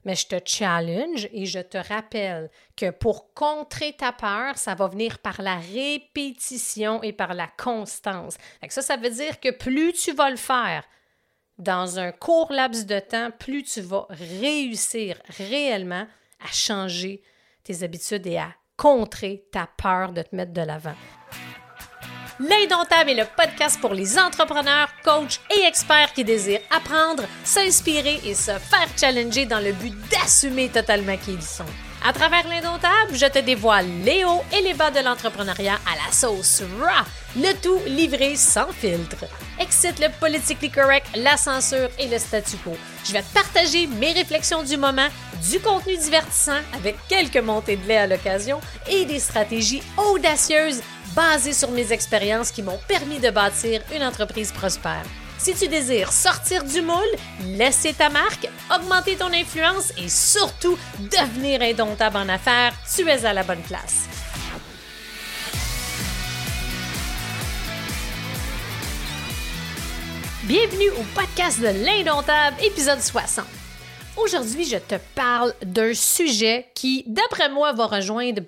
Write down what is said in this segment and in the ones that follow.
Mais je te challenge et je te rappelle que pour contrer ta peur, ça va venir par la répétition et par la constance. Fait que ça veut dire que plus tu vas le faire dans un court laps de temps, plus tu vas réussir réellement à changer tes habitudes et à contrer ta peur de te mettre de l'avant. L'Indomptable est le podcast pour les entrepreneurs, coachs et experts qui désirent apprendre, s'inspirer et se faire challenger dans le but d'assumer totalement qui ils sont. À travers l'Indomptable, je te dévoile les hauts et les bas de l'entrepreneuriat à la sauce raw, le tout livré sans filtre. Excite le politically correct, la censure et le statu quo. Je vais te partager mes réflexions du moment, du contenu divertissant avec quelques montées de lait à l'occasion et des stratégies audacieuses basées sur mes expériences qui m'ont permis de bâtir une entreprise prospère. Si tu désires sortir du moule, laisser ta marque, augmenter ton influence et surtout devenir indomptable en affaires, tu es à la bonne place. Bienvenue au podcast de l'Indomptable, épisode 60. Aujourd'hui, je te parle d'un sujet qui, d'après moi, va rejoindre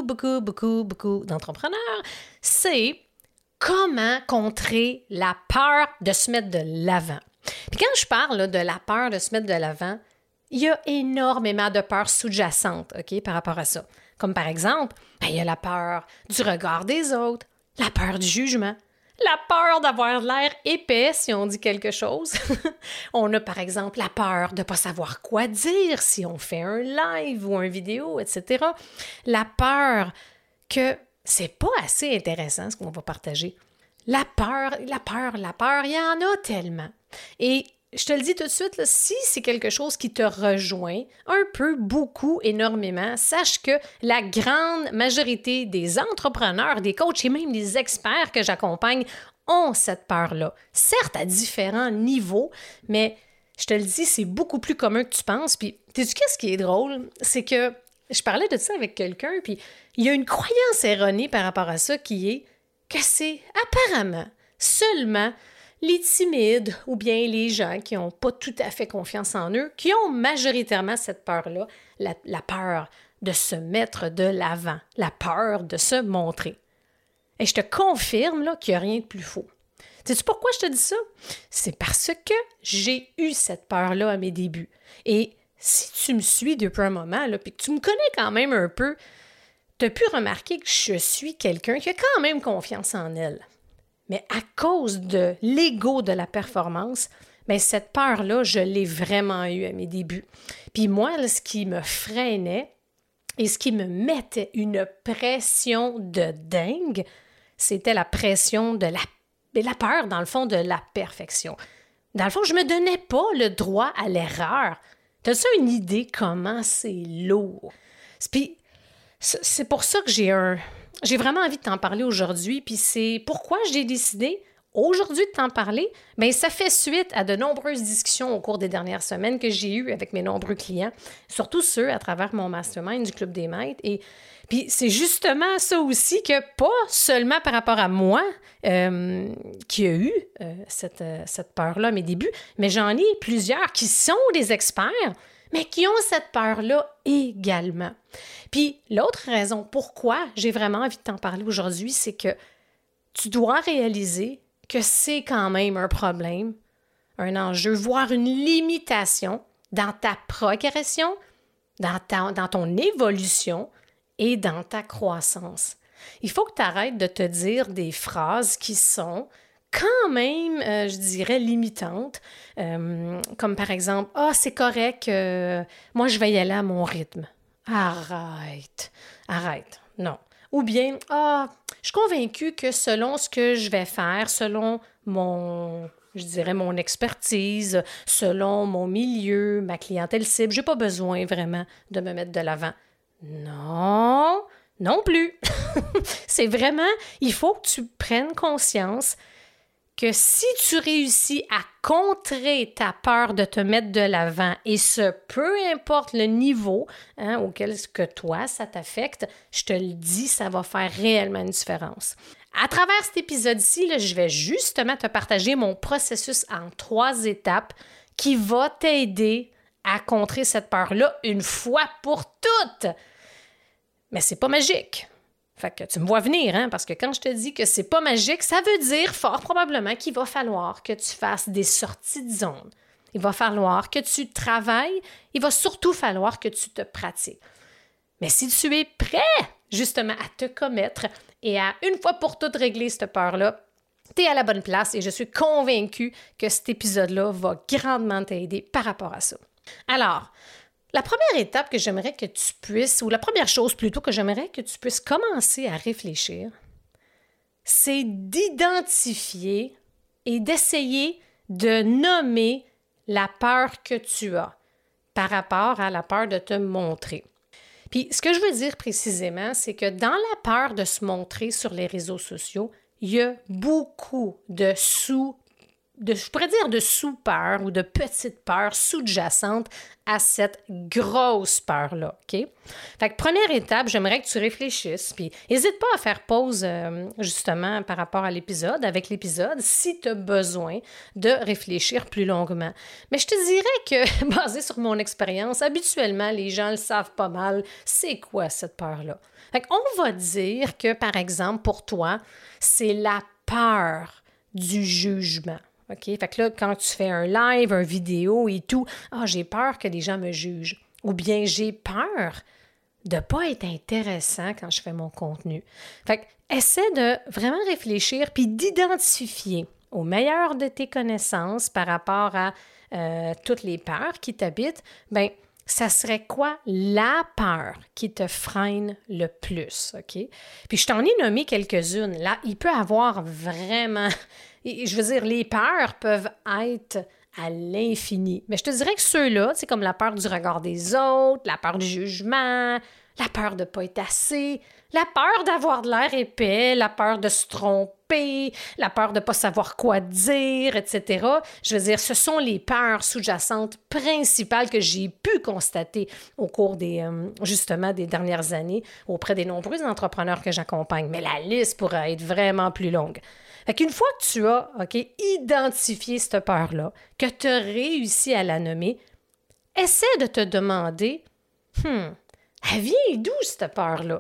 beaucoup d'entrepreneurs. C'est comment contrer la peur de se mettre de l'avant. Puis quand je parle là, de la peur de se mettre de l'avant, il y a énormément de peurs sous-jacentes, OK, par rapport à ça. Comme par exemple, il y a la peur du regard des autres, la peur du jugement, la peur d'avoir l'air épais si on dit quelque chose. On a par exemple la peur de ne pas savoir quoi dire si on fait un live ou une vidéo, etc. La peur que c'est pas assez intéressant ce qu'on va partager. La peur, il y en a tellement. Et je te le dis tout de suite, là, si c'est quelque chose qui te rejoint un peu, beaucoup, énormément, sache que la grande majorité des entrepreneurs, des coachs et même des experts que j'accompagne ont cette peur-là. Certes, à différents niveaux, mais je te le dis, c'est beaucoup plus commun que tu penses. Puis, sais-tu qu'est-ce qui est drôle? C'est que je parlais de ça avec quelqu'un, puis il y a une croyance erronée par rapport à ça qui est que c'est apparemment seulement les timides ou bien les gens qui n'ont pas tout à fait confiance en eux, qui ont majoritairement cette peur-là, la peur de se mettre de l'avant, la peur de se montrer. Et je te confirme là, qu'il n'y a rien de plus faux. Sais-tu pourquoi je te dis ça? C'est parce que j'ai eu cette peur-là à mes débuts. Et si tu me suis depuis un moment, là, puis que tu me connais quand même un peu, tu as pu remarquer que je suis quelqu'un qui a quand même confiance en elle. Mais à cause de l'ego de la performance, bien, cette peur-là, je l'ai vraiment eue à mes débuts. Puis moi, là, ce qui me freinait et ce qui me mettait une pression de dingue, c'était la pression de la peur, dans le fond, de la perfection. Dans le fond, je ne me donnais pas le droit à l'erreur. T'as-tu une idée comment c'est lourd? Puis, c'est pour ça que j'ai vraiment envie de t'en parler aujourd'hui, puis c'est pourquoi j'ai décidé aujourd'hui de t'en parler. Bien, ça fait suite à de nombreuses discussions au cours des dernières semaines que j'ai eues avec mes nombreux clients, surtout ceux à travers mon mastermind du Club des Maîtres. Et puis, c'est justement ça aussi que pas seulement par rapport à moi qui a eu cette peur-là à mes débuts, mais j'en ai plusieurs qui sont des experts, mais qui ont cette peur-là également. Puis l'autre raison pourquoi j'ai vraiment envie de t'en parler aujourd'hui, c'est que tu dois réaliser que c'est quand même un problème, un enjeu, voire une limitation dans ta progression, dans ton évolution et dans ta croissance. Il faut que tu arrêtes de te dire des phrases qui sont quand même, je dirais, limitantes, comme par exemple « Ah, c'est correct, moi je vais y aller à mon rythme. » Arrête, non. Ou bien « Ah, je suis convaincue que selon ce que je vais faire, selon mon expertise, selon mon milieu, ma clientèle cible, j'ai pas besoin vraiment de me mettre de l'avant. » Non plus. C'est vraiment, il faut que tu prennes conscience que si tu réussis à contrer ta peur de te mettre de l'avant, et ce, peu importe le niveau auquel que toi, ça t'affecte, je te le dis, ça va faire réellement une différence. À travers cet épisode-ci, là, je vais justement te partager mon processus en 3 étapes qui va t'aider à contrer cette peur-là une fois pour toutes. Mais c'est pas magique. Fait que tu me vois venir, hein, parce que quand je te dis que c'est pas magique, ça veut dire fort probablement qu'il va falloir que tu fasses des sorties de zone. Il va falloir que tu travailles. Il va surtout falloir que tu te pratiques. Mais si tu es prêt, justement, à te commettre et à une fois pour toutes régler cette peur-là, tu es à la bonne place et je suis convaincue que cet épisode-là va grandement t'aider par rapport à ça. Alors, la première étape que j'aimerais que tu puisses, ou la première chose plutôt que j'aimerais que tu puisses commencer à réfléchir, c'est d'identifier et d'essayer de nommer la peur que tu as par rapport à la peur de te montrer. Puis, ce que je veux dire précisément, c'est que dans la peur de se montrer sur les réseaux sociaux, il y a beaucoup de sous-peurs ou de petites peurs sous-jacentes à cette grosse peur-là, OK? Fait que première étape, j'aimerais que tu réfléchisses, puis n'hésite pas à faire pause, justement, par rapport à l'épisode, avec l'épisode, si tu as besoin de réfléchir plus longuement. Mais je te dirais que, basé sur mon expérience, habituellement, les gens le savent pas mal, c'est quoi cette peur-là? Fait qu'on va dire que, par exemple, pour toi, c'est la peur du jugement. OK? Fait que là, quand tu fais un live, une vidéo et tout, j'ai peur que les gens me jugent. Ou bien j'ai peur de ne pas être intéressant quand je fais mon contenu. Fait que essaie de vraiment réfléchir puis d'identifier au meilleur de tes connaissances par rapport à toutes les peurs qui t'habitent, bien, ça serait quoi la peur qui te freine le plus, OK? Puis je t'en ai nommé quelques-unes. Là, il peut avoir vraiment... Je veux dire, les peurs peuvent être à l'infini. Mais je te dirais que ceux-là, c'est comme la peur du regard des autres, la peur du jugement, la peur de ne pas être assez, la peur d'avoir de l'air épais, la peur de se tromper, la peur de ne pas savoir quoi dire, etc. Je veux dire, ce sont les peurs sous-jacentes principales que j'ai pu constater au cours justement des dernières années auprès des nombreux entrepreneurs que j'accompagne. Mais la liste pourrait être vraiment plus longue. Fait qu'une fois que tu as identifié cette peur-là, que tu as réussi à la nommer, essaie de te demander, elle vient d'où cette peur-là?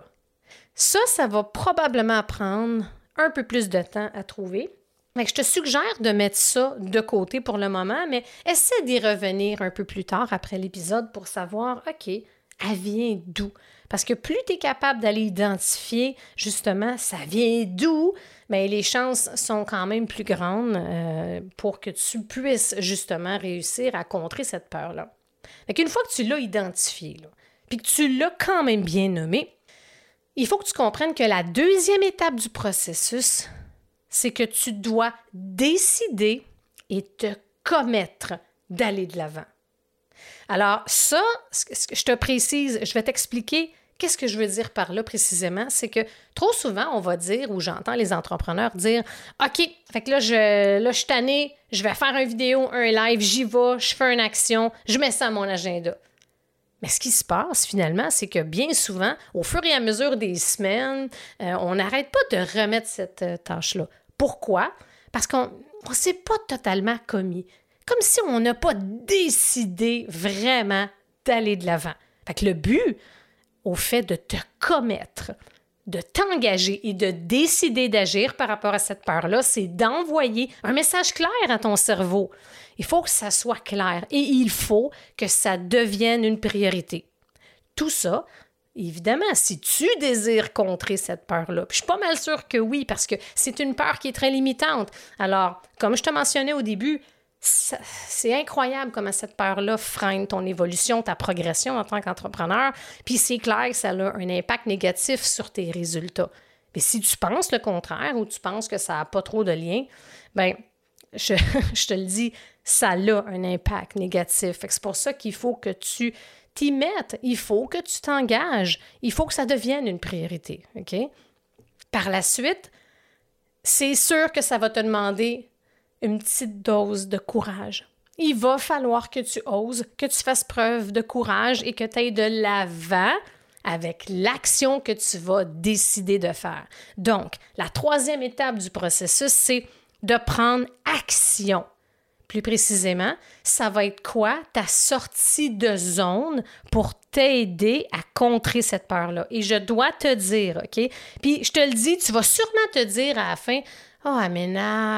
Ça va probablement prendre un peu plus de temps à trouver. Fait que je te suggère de mettre ça de côté pour le moment, mais essaie d'y revenir un peu plus tard après l'épisode pour savoir, OK, elle vient d'où? Parce que plus tu es capable d'aller identifier, justement, ça vient d'où, bien, les chances sont quand même plus grandes pour que tu puisses, justement, réussir à contrer cette peur-là. Fait qu'une fois que tu l'as identifié, puis que tu l'as quand même bien nommé, il faut que tu comprennes que la deuxième étape du processus, c'est que tu dois décider et te commettre d'aller de l'avant. Alors ça, je te précise, je vais t'expliquer qu'est-ce que je veux dire par là précisément, c'est que trop souvent, on va dire, ou j'entends les entrepreneurs dire « OK, fait que là, je suis tannée, je vais faire une vidéo, un live, j'y vais, je fais une action, je mets ça à mon agenda. » Mais ce qui se passe finalement, c'est que bien souvent, au fur et à mesure des semaines, on n'arrête pas de remettre cette tâche-là. Pourquoi? Parce qu'on ne s'est pas totalement commis. Comme si on n'a pas décidé vraiment d'aller de l'avant. Fait que le but, au fait de te commettre, de t'engager et de décider d'agir par rapport à cette peur-là, c'est d'envoyer un message clair à ton cerveau. Il faut que ça soit clair et il faut que ça devienne une priorité. Tout ça, évidemment, si tu désires contrer cette peur-là, puis je suis pas mal sûre que oui, parce que c'est une peur qui est très limitante. Alors, comme je te mentionnais au début, c'est incroyable comment cette peur-là freine ton évolution, ta progression en tant qu'entrepreneur. Puis c'est clair que ça a un impact négatif sur tes résultats. Mais si tu penses le contraire ou tu penses que ça n'a pas trop de lien, bien, je te le dis, ça a un impact négatif. Fait que c'est pour ça qu'il faut que tu t'y mettes. Il faut que tu t'engages. Il faut que ça devienne une priorité. OK? Par la suite, c'est sûr que ça va te demander une petite dose de courage. Il va falloir que tu oses, que tu fasses preuve de courage et que tu ailles de l'avant avec l'action que tu vas décider de faire. Donc, la troisième étape du processus, c'est de prendre action. Plus précisément, ça va être quoi? Ta sortie de zone pour t'aider à contrer cette peur-là. Et je dois te dire, OK? Puis je te le dis, tu vas sûrement te dire à la fin, « Oh, elle m'énerve. »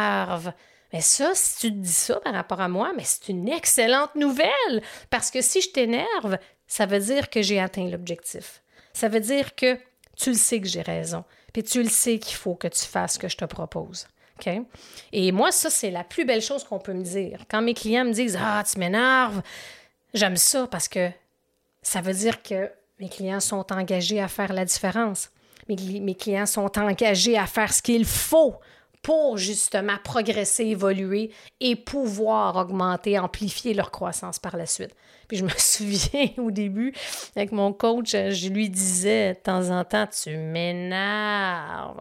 Mais ça, si tu te dis ça par rapport à moi, mais c'est une excellente nouvelle. Parce que si je t'énerve, ça veut dire que j'ai atteint l'objectif. Ça veut dire que tu le sais que j'ai raison. Puis tu le sais qu'il faut que tu fasses ce que je te propose. OK? Et moi, ça, c'est la plus belle chose qu'on peut me dire. Quand mes clients me disent « Ah, tu m'énerves », j'aime ça parce que ça veut dire que mes clients sont engagés à faire la différence. Mes clients sont engagés à faire ce qu'il faut pour justement progresser, évoluer et pouvoir augmenter, amplifier leur croissance par la suite. Puis je me souviens au début, avec mon coach, je lui disais de temps en temps, « Tu m'énerves ».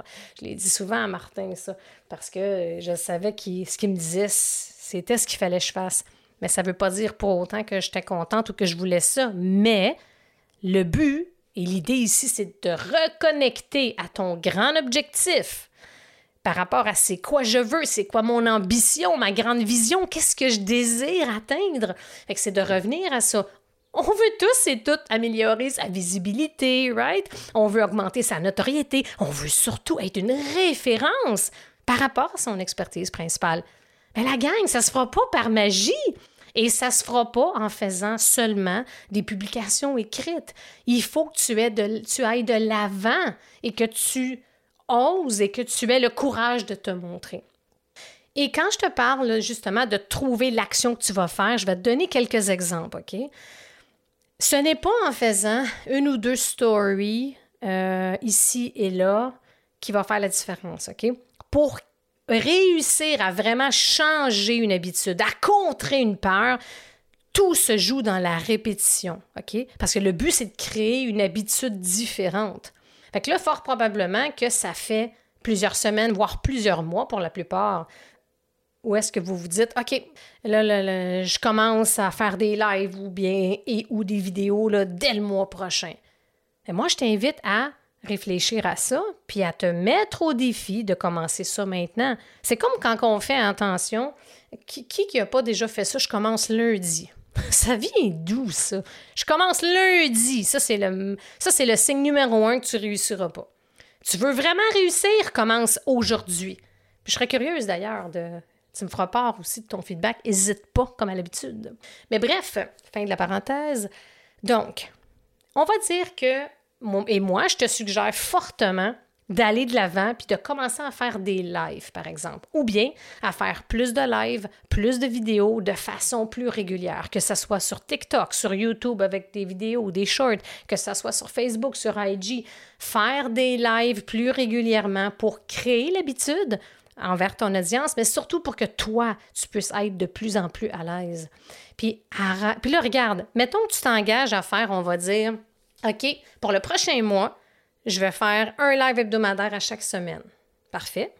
Je l'ai dit souvent à Martin, ça, parce que je savais ce qu'il me disait, c'était ce qu'il fallait que je fasse. Mais ça ne veut pas dire pour autant que j'étais contente ou que je voulais ça. Mais le but et l'idée ici, c'est de te reconnecter à ton grand objectif par rapport à c'est quoi je veux, c'est quoi mon ambition, ma grande vision, qu'est-ce que je désire atteindre. Fait que c'est de revenir à ça. On veut tous et toutes améliorer sa visibilité, right? On veut augmenter sa notoriété. On veut surtout être une référence par rapport à son expertise principale. Mais la gang, ça se fera pas par magie. Et ça se fera pas en faisant seulement des publications écrites. Il faut que tu ailles de l'avant et que tu oses et que tu aies le courage de te montrer. Et quand je te parle justement de trouver l'action que tu vas faire, je vais te donner quelques exemples, OK? Ce n'est pas en faisant une ou deux stories ici et là qui va faire la différence, OK? Pour réussir à vraiment changer une habitude, à contrer une peur, tout se joue dans la répétition, OK? Parce que le but, c'est de créer une habitude différente. Fait que là, fort probablement que ça fait plusieurs semaines, voire plusieurs mois pour la plupart, où est-ce que vous vous dites, OK, là, je commence à faire des lives ou des vidéos là, dès le mois prochain. Et moi, je t'invite à réfléchir à ça, puis à te mettre au défi de commencer ça maintenant. C'est comme quand on fait attention, qui n'a pas déjà fait ça? Je commence lundi. Ça vient d'où, ça? Je commence lundi. Ça, c'est le signe numéro 1 que tu ne réussiras pas. Tu veux vraiment réussir? Commence aujourd'hui. Puis je serais curieuse, d'ailleurs, tu me feras part aussi de ton feedback. N'hésite pas, comme à l'habitude. Mais bref, fin de la parenthèse. Donc, on va dire que, et moi, je te suggère fortement d'aller de l'avant puis de commencer à faire des lives, par exemple, ou bien à faire plus de lives, plus de vidéos de façon plus régulière, que ce soit sur TikTok, sur YouTube avec des vidéos, des shorts, que ce soit sur Facebook, sur IG, faire des lives plus régulièrement pour créer l'habitude envers ton audience, mais surtout pour que toi, tu puisses être de plus en plus à l'aise. Puis là, regarde, mettons que tu t'engages à faire, on va dire, OK, pour le prochain mois, je vais faire un live hebdomadaire à chaque semaine. Parfait.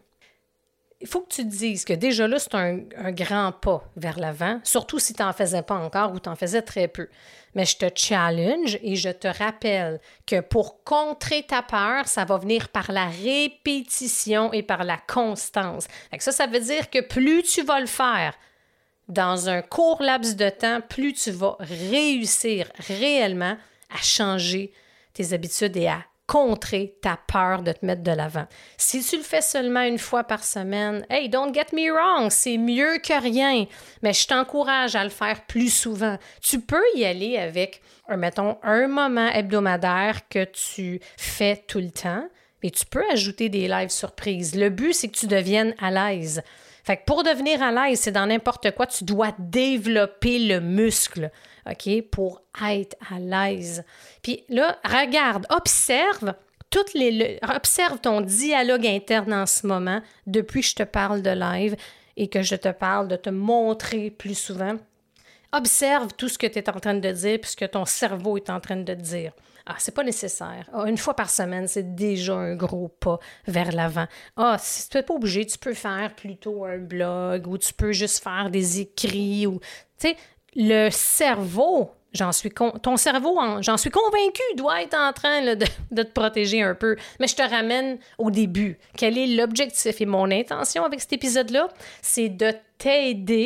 Il faut que tu te dises que déjà là, c'est un grand pas vers l'avant, surtout si tu n'en faisais pas encore ou tu en faisais très peu. Mais je te challenge et je te rappelle que pour contrer ta peur, ça va venir par la répétition et par la constance. Ça veut dire que plus tu vas le faire dans un court laps de temps, plus tu vas réussir réellement à changer tes habitudes et à contrer ta peur de te mettre de l'avant. Si tu le fais seulement une fois par semaine, hey, don't get me wrong, c'est mieux que rien, mais je t'encourage à le faire plus souvent. Tu peux y aller avec, mettons, un moment hebdomadaire que tu fais tout le temps, mais tu peux ajouter des lives surprises. Le but, c'est que tu deviennes à l'aise. Fait que pour devenir à l'aise, c'est dans n'importe quoi, tu dois développer le muscle, OK, pour être à l'aise. Puis là, regarde, observe ton dialogue interne en ce moment, depuis que je te parle de live et que je te parle de te montrer plus souvent. Observe tout ce que tu es en train de dire puis ce que ton cerveau est en train de te dire. Ah, c'est pas nécessaire. Ah, une fois par semaine, c'est déjà un gros pas vers l'avant. Ah, si tu n'es pas obligé, tu peux faire plutôt un blog ou tu peux juste faire des écrits ou, tu sais, le cerveau, j'en suis convaincue, doit être en train là, de te protéger un peu. Mais je te ramène au début. Quel est l'objectif? Et mon intention avec cet épisode-là, c'est de t'aider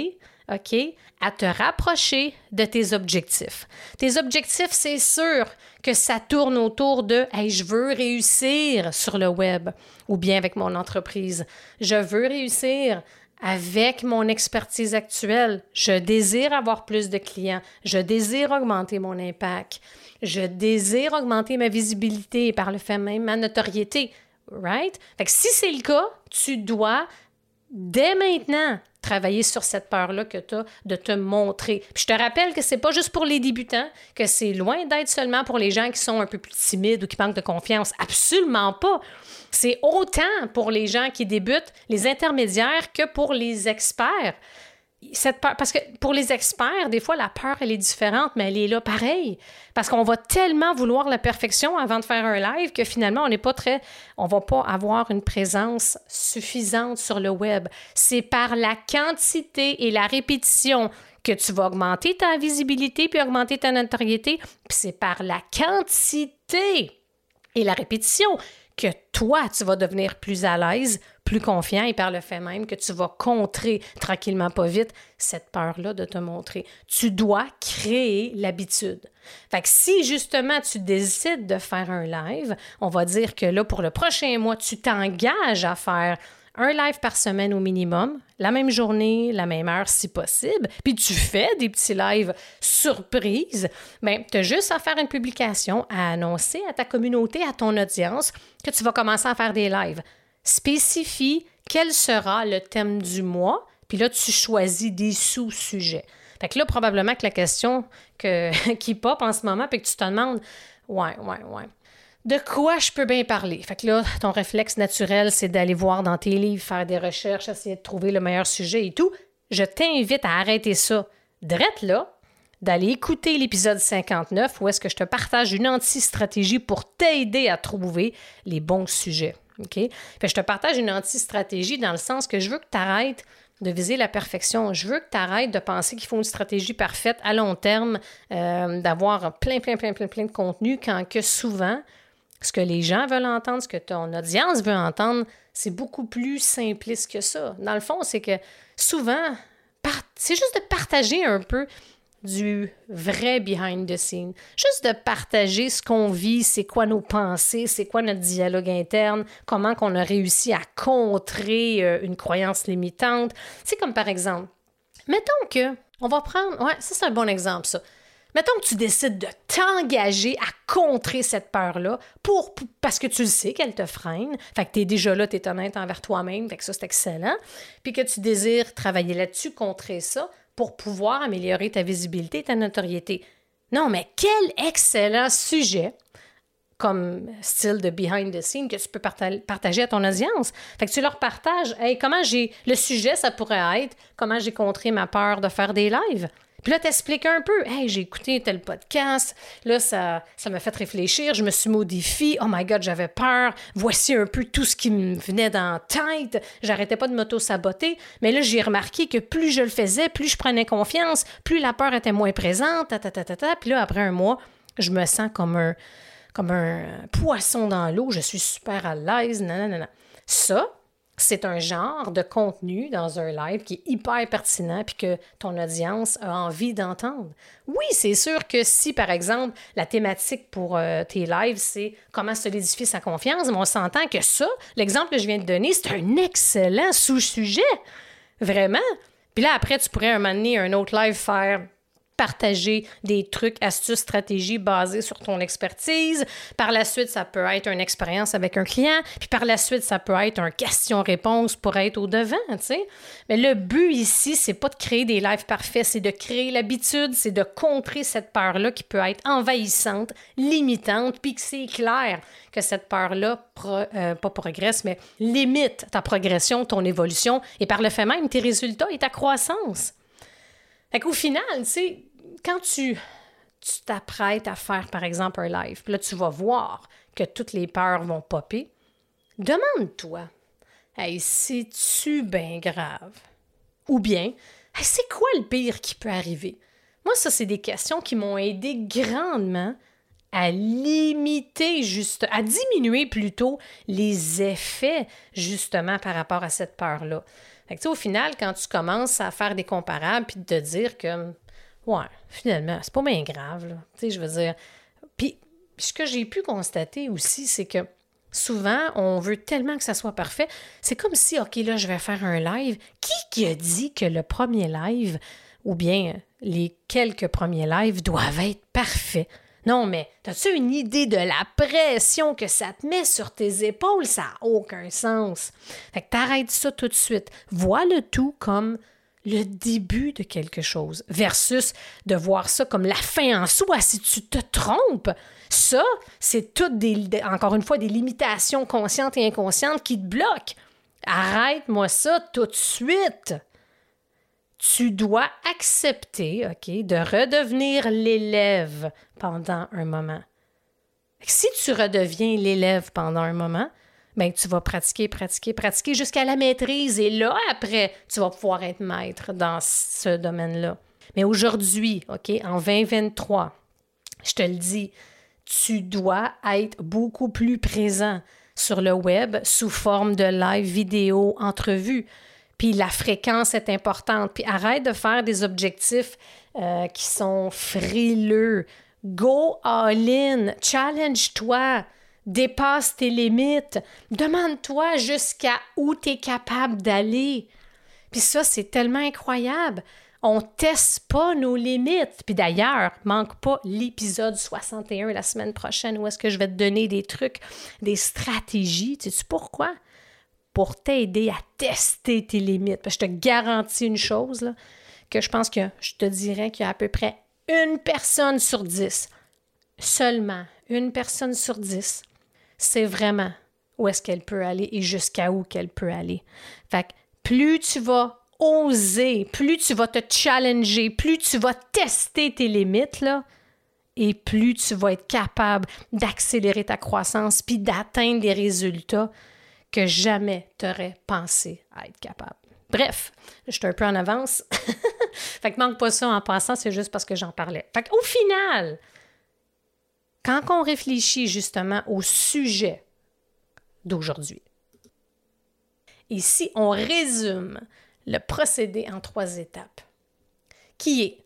OK, à te rapprocher de tes objectifs. Tes objectifs, c'est sûr que ça tourne autour de « Hey, je veux réussir sur le web ou bien avec mon entreprise. Je veux réussir avec mon expertise actuelle. Je désire avoir plus de clients. Je désire augmenter mon impact. Je désire augmenter ma visibilité et par le fait même ma notoriété. » Right? Fait que si c'est le cas, tu dois dès maintenant travailler sur cette peur-là que tu as de te montrer. Puis je te rappelle que c'est pas juste pour les débutants, que c'est loin d'être seulement pour les gens qui sont un peu plus timides ou qui manquent de confiance. Absolument pas. C'est autant pour les gens qui débutent, les intermédiaires, que pour les experts. Cette peur, parce que pour les experts, des fois, la peur, elle est différente, mais elle est là pareil. Parce qu'on va tellement vouloir la perfection avant de faire un live que finalement, on va pas avoir une présence suffisante sur le web. C'est par la quantité et la répétition que tu vas augmenter ta visibilité puis augmenter ta notoriété. Puis c'est par la quantité et la répétition que toi, tu vas devenir plus à l'aise, plus confiant et par le fait même que tu vas contrer tranquillement, pas vite, cette peur-là de te montrer. Tu dois créer l'habitude. Fait que si justement tu décides de faire un live, on va dire que là, pour le prochain mois, tu t'engages à faire un live par semaine au minimum, la même journée, la même heure si possible, puis tu fais des petits lives surprises, bien, tu as juste à faire une publication, à annoncer à ta communauté, à ton audience, que tu vas commencer à faire des lives. Spécifie quel sera le thème du mois, puis là, tu choisis des sous-sujets. Fait que là, probablement que la question qui pop en ce moment, puis que tu te demandes, ouais. De quoi je peux bien parler? Fait que là, ton réflexe naturel, c'est d'aller voir dans tes livres, faire des recherches, essayer de trouver le meilleur sujet et tout. Je t'invite à arrêter ça drette là, d'aller écouter l'épisode 59 où est-ce que je te partage une anti-stratégie pour t'aider à trouver les bons sujets. OK? Fait que je te partage une anti-stratégie dans le sens que je veux que tu arrêtes de viser la perfection. Je veux que tu arrêtes de penser qu'il faut une stratégie parfaite à long terme, d'avoir plein de contenu quand que souvent, ce que les gens veulent entendre, ce que ton audience veut entendre, c'est beaucoup plus simpliste que ça. Dans le fond, c'est que souvent, c'est juste de partager un peu du vrai behind the scene. Juste de partager ce qu'on vit, c'est quoi nos pensées, c'est quoi notre dialogue interne, comment qu'on a réussi à contrer une croyance limitante. C'est comme par exemple, mettons que, on va prendre, ça c'est un bon exemple ça. Mettons que tu décides de t'engager à contrer cette peur-là parce que tu le sais qu'elle te freine. Fait que tu es déjà là, tu es honnête envers toi-même. Fait que ça, c'est excellent. Puis que tu désires travailler là-dessus, contrer ça pour pouvoir améliorer ta visibilité et ta notoriété. Non, mais quel excellent sujet comme style de behind the scene que tu peux partager à ton audience. Fait que tu leur partages, hey, le sujet, ça pourrait être comment j'ai contré ma peur de faire des lives. Puis là, t'expliques un peu. « Hey, j'ai écouté tel podcast. Là, ça m'a fait réfléchir. Je me suis mis au défi. Oh my God, j'avais peur. Voici un peu tout ce qui me venait dans la tête. J'arrêtais pas de m'auto-saboter. Mais là, j'ai remarqué que plus je le faisais, plus je prenais confiance, plus la peur était moins présente. Puis là, après un mois, je me sens comme un poisson dans l'eau. Je suis super à l'aise. Non. Ça, c'est un genre de contenu dans un live qui est hyper pertinent puis que ton audience a envie d'entendre. Oui, c'est sûr que si, par exemple, la thématique pour tes lives, c'est comment solidifier sa confiance, mais on s'entend que ça, l'exemple que je viens de donner, c'est un excellent sous-sujet. Vraiment. Puis là, après, tu pourrais un moment donné, un autre live faire partager des trucs, astuces, stratégies basées sur ton expertise. Par la suite, ça peut être une expérience avec un client. Puis par la suite, ça peut être un question-réponse pour être au devant, tu sais. Mais le but ici, c'est pas de créer des lives parfaits, c'est de créer l'habitude, c'est de contrer cette peur-là qui peut être envahissante, limitante, puis que c'est clair que cette peur-là, pas progresse, mais limite ta progression, ton évolution et par le fait même tes résultats et ta croissance. Fait qu'au final, tu sais, quand tu t'apprêtes à faire, par exemple, un live, puis là, tu vas voir que toutes les peurs vont popper, demande-toi, hey, c'est-tu bien grave? Ou bien, hey, c'est quoi le pire qui peut arriver? Moi, ça, c'est des questions qui m'ont aidé grandement à à diminuer plutôt les effets, justement, par rapport à cette peur-là. Fait que, tu sais, au final, quand tu commences à faire des comparables puis de te dire que, ouais, finalement, c'est pas bien grave, là. Tu sais, je veux dire. Puis, ce que j'ai pu constater aussi, c'est que souvent, on veut tellement que ça soit parfait. C'est comme si, OK, là, je vais faire un live. Qui a dit que le premier live, ou bien les quelques premiers lives, doivent être parfaits? Non, mais as-tu une idée de la pression que ça te met sur tes épaules? Ça n'a aucun sens. Fait que t'arrêtes ça tout de suite. Vois le tout comme le début de quelque chose versus de voir ça comme la fin en soi si tu te trompes. Ça, c'est toutes encore une fois, des limitations conscientes et inconscientes qui te bloquent. Arrête-moi ça tout de suite. Tu dois accepter, OK, de redevenir l'élève pendant un moment. Si tu redeviens l'élève pendant un moment, bien, tu vas pratiquer jusqu'à la maîtrise. Et là, après, tu vas pouvoir être maître dans ce domaine-là. Mais aujourd'hui, OK, en 2023, je te le dis, tu dois être beaucoup plus présent sur le web sous forme de live vidéo, entrevue. Puis la fréquence est importante. Puis arrête de faire des objectifs qui sont frileux. Go all-in, challenge-toi, dépasse tes limites. Demande-toi jusqu'à où tu es capable d'aller. Puis ça, c'est tellement incroyable. On ne teste pas nos limites. Puis d'ailleurs, manque pas l'épisode 61 la semaine prochaine où est-ce que je vais te donner des trucs, des stratégies. Sais-tu pourquoi? Pour t'aider à tester tes limites. Parce que je te garantis une chose, là, que je pense que je te dirais qu'il y a à peu près une personne sur 10, seulement une personne sur 10, c'est vraiment où est-ce qu'elle peut aller et jusqu'à où qu'elle peut aller. Fait que plus tu vas oser, plus tu vas te challenger, plus tu vas tester tes limites, là, et plus tu vas être capable d'accélérer ta croissance puis d'atteindre des résultats que jamais tu aurais pensé à être capable. Bref, je suis un peu en avance. Fait que manque pas ça en passant, c'est juste parce que j'en parlais. Fait qu'au final, quand on réfléchit justement au sujet d'aujourd'hui, et si on résume le procédé en 3 étapes, qui est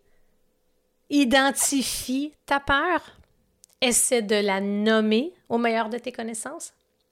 identifie ta peur, essaie de la nommer au meilleur de tes connaissances.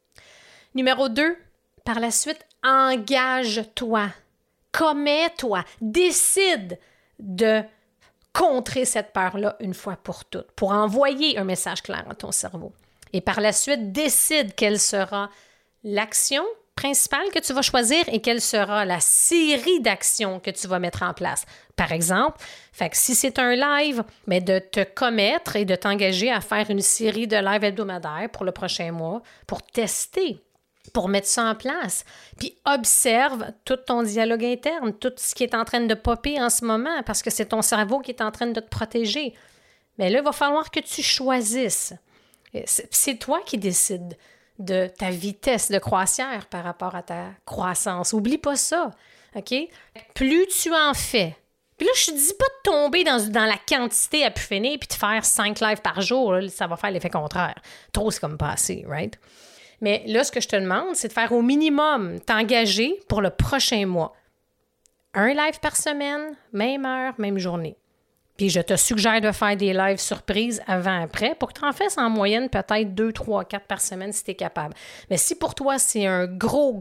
Numéro 2, par la suite, engage-toi, commets-toi, décide de contrer cette peur-là une fois pour toutes, pour envoyer un message clair à ton cerveau. Et par la suite, décide quelle sera l'action principale que tu vas choisir et quelle sera la série d'actions que tu vas mettre en place. Par exemple, fait que si c'est un live, mais de te commettre et de t'engager à faire une série de lives hebdomadaires pour le prochain mois pour tester, pour mettre ça en place. Puis observe tout ton dialogue interne, tout ce qui est en train de popper en ce moment parce que c'est ton cerveau qui est en train de te protéger. Mais là, il va falloir que tu choisisses. C'est toi qui décides de ta vitesse de croisière par rapport à ta croissance. Oublie pas ça, OK? Plus tu en fais, puis là, je te dis pas de tomber dans la quantité à pu finir puis de faire 5 lives par jour, là, ça va faire l'effet contraire. Trop, c'est comme pas assez, right? Mais là, ce que je te demande, c'est de faire au minimum, t'engager pour le prochain mois. Un live par semaine, même heure, même journée. Puis je te suggère de faire des lives surprises avant-après pour que tu en fasses en moyenne peut-être 2, 3, 4 par semaine si tu es capable. Mais si pour toi, c'est un gros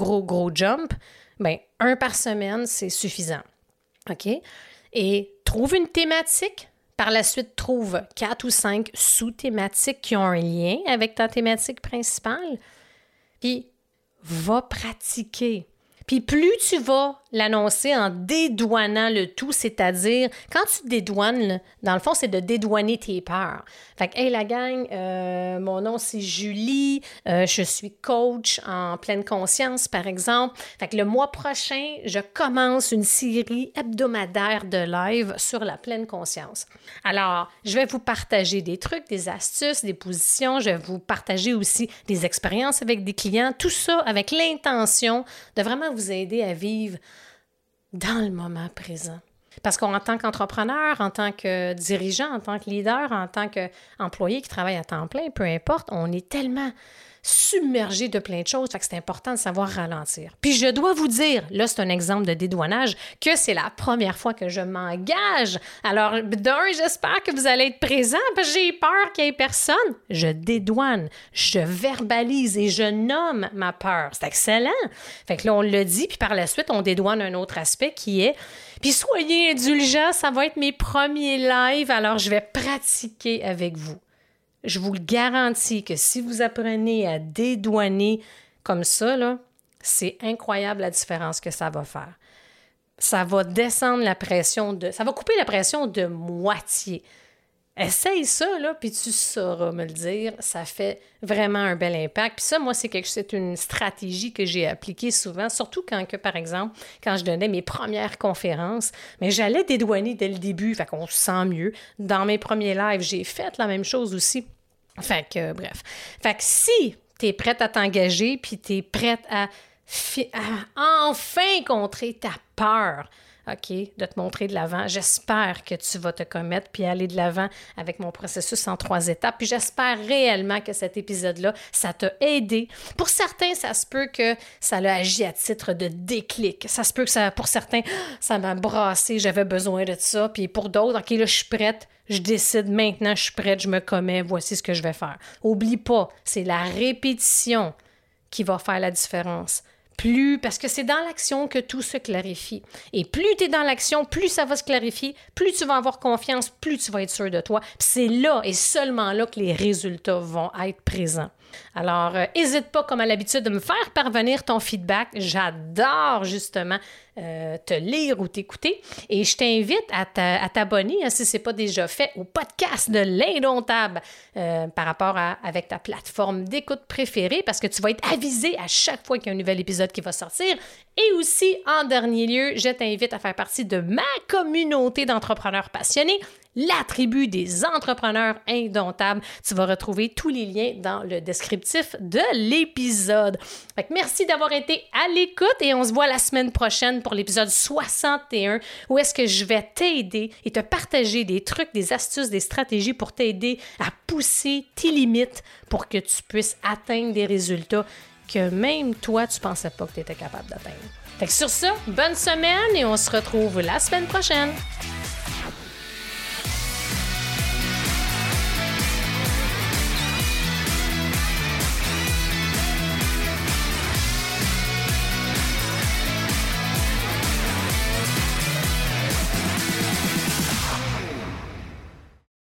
jump, bien, 1 par semaine, c'est suffisant. OK? Et trouve une thématique. Par la suite, trouve 4 ou 5 sous-thématiques qui ont un lien avec ta thématique principale. Puis, va pratiquer. Puis plus tu vas l'annoncer en dédouanant le tout, c'est-à-dire, quand tu dédouanes, dans le fond, c'est de dédouaner tes peurs. Fait que, hey la gang, mon nom c'est Julie, je suis coach en pleine conscience, par exemple. Fait que le mois prochain, je commence une série hebdomadaire de live sur la pleine conscience. Alors, je vais vous partager des trucs, des astuces, des positions, je vais vous partager aussi des expériences avec des clients, tout ça avec l'intention de vraiment vous aider à vivre dans le moment présent. Parce qu'en tant qu'entrepreneur, en tant que dirigeant, en tant que leader, en tant qu'employé qui travaille à temps plein, peu importe, on est tellement submergé de plein de choses. Fait que c'est important de savoir ralentir. Puis je dois vous dire, là, c'est un exemple de dédouanage, que c'est la première fois que je m'engage. Alors, j'espère que vous allez être présents, parce que j'ai peur qu'il y ait personne. Je dédouane, je verbalise et je nomme ma peur. C'est excellent. Fait que là, on le dit, puis par la suite, on dédouane un autre aspect qui est, puis soyez indulgents, ça va être mes premiers lives, alors je vais pratiquer avec vous. Je vous le garantis que si vous apprenez à dédouaner comme ça, là, c'est incroyable la différence que ça va faire. Ça va descendre la pression ça va couper la pression de moitié. Essaye ça, là, puis tu sauras me le dire. Ça fait vraiment un bel impact. Puis ça, moi, c'est une stratégie que j'ai appliquée souvent, surtout par exemple, quand je donnais mes premières conférences, mais j'allais dédouaner dès le début, fait qu'on se sent mieux. Dans mes premiers lives, j'ai fait la même chose aussi. Fait que, bref. Fait que si t'es prête à t'engager, puis t'es prête à enfin contrer ta peur, OK, de te montrer de l'avant. J'espère que tu vas te commettre puis aller de l'avant avec mon processus en 3 étapes. Puis j'espère réellement que cet épisode-là, ça t'a aidé. Pour certains, ça se peut que ça l'a agi à titre de déclic. Ça se peut que pour certains, ça m'a brassé, j'avais besoin de ça. Puis pour d'autres, OK, là, je suis prête. Je décide maintenant, je suis prête, je me commets, voici ce que je vais faire. Oublie pas, c'est la répétition qui va faire la différence. Parce que c'est dans l'action que tout se clarifie. Et plus tu es dans l'action, plus ça va se clarifier, plus tu vas avoir confiance, plus tu vas être sûr de toi. Puis c'est là et seulement là que les résultats vont être présents. Alors, n'hésite pas, comme à l'habitude, de me faire parvenir ton feedback. J'adore justement te lire ou t'écouter. Et je t'invite à t'abonner, si ce n'est pas déjà fait, au podcast de l'Indomptable par rapport avec ta plateforme d'écoute préférée, parce que tu vas être avisé à chaque fois qu'il y a un nouvel épisode qui va sortir. Et aussi, en dernier lieu, je t'invite à faire partie de ma communauté d'entrepreneurs passionnés, la tribu des entrepreneurs indomptables. Tu vas retrouver tous les liens dans le descriptif de l'épisode. Fait que merci d'avoir été à l'écoute et on se voit la semaine prochaine pour l'épisode 61 où est-ce que je vais t'aider et te partager des trucs, des astuces, des stratégies pour t'aider à pousser tes limites pour que tu puisses atteindre des résultats que même toi, tu ne pensais pas que tu étais capable d'atteindre. Fait que sur ça, bonne semaine et on se retrouve la semaine prochaine.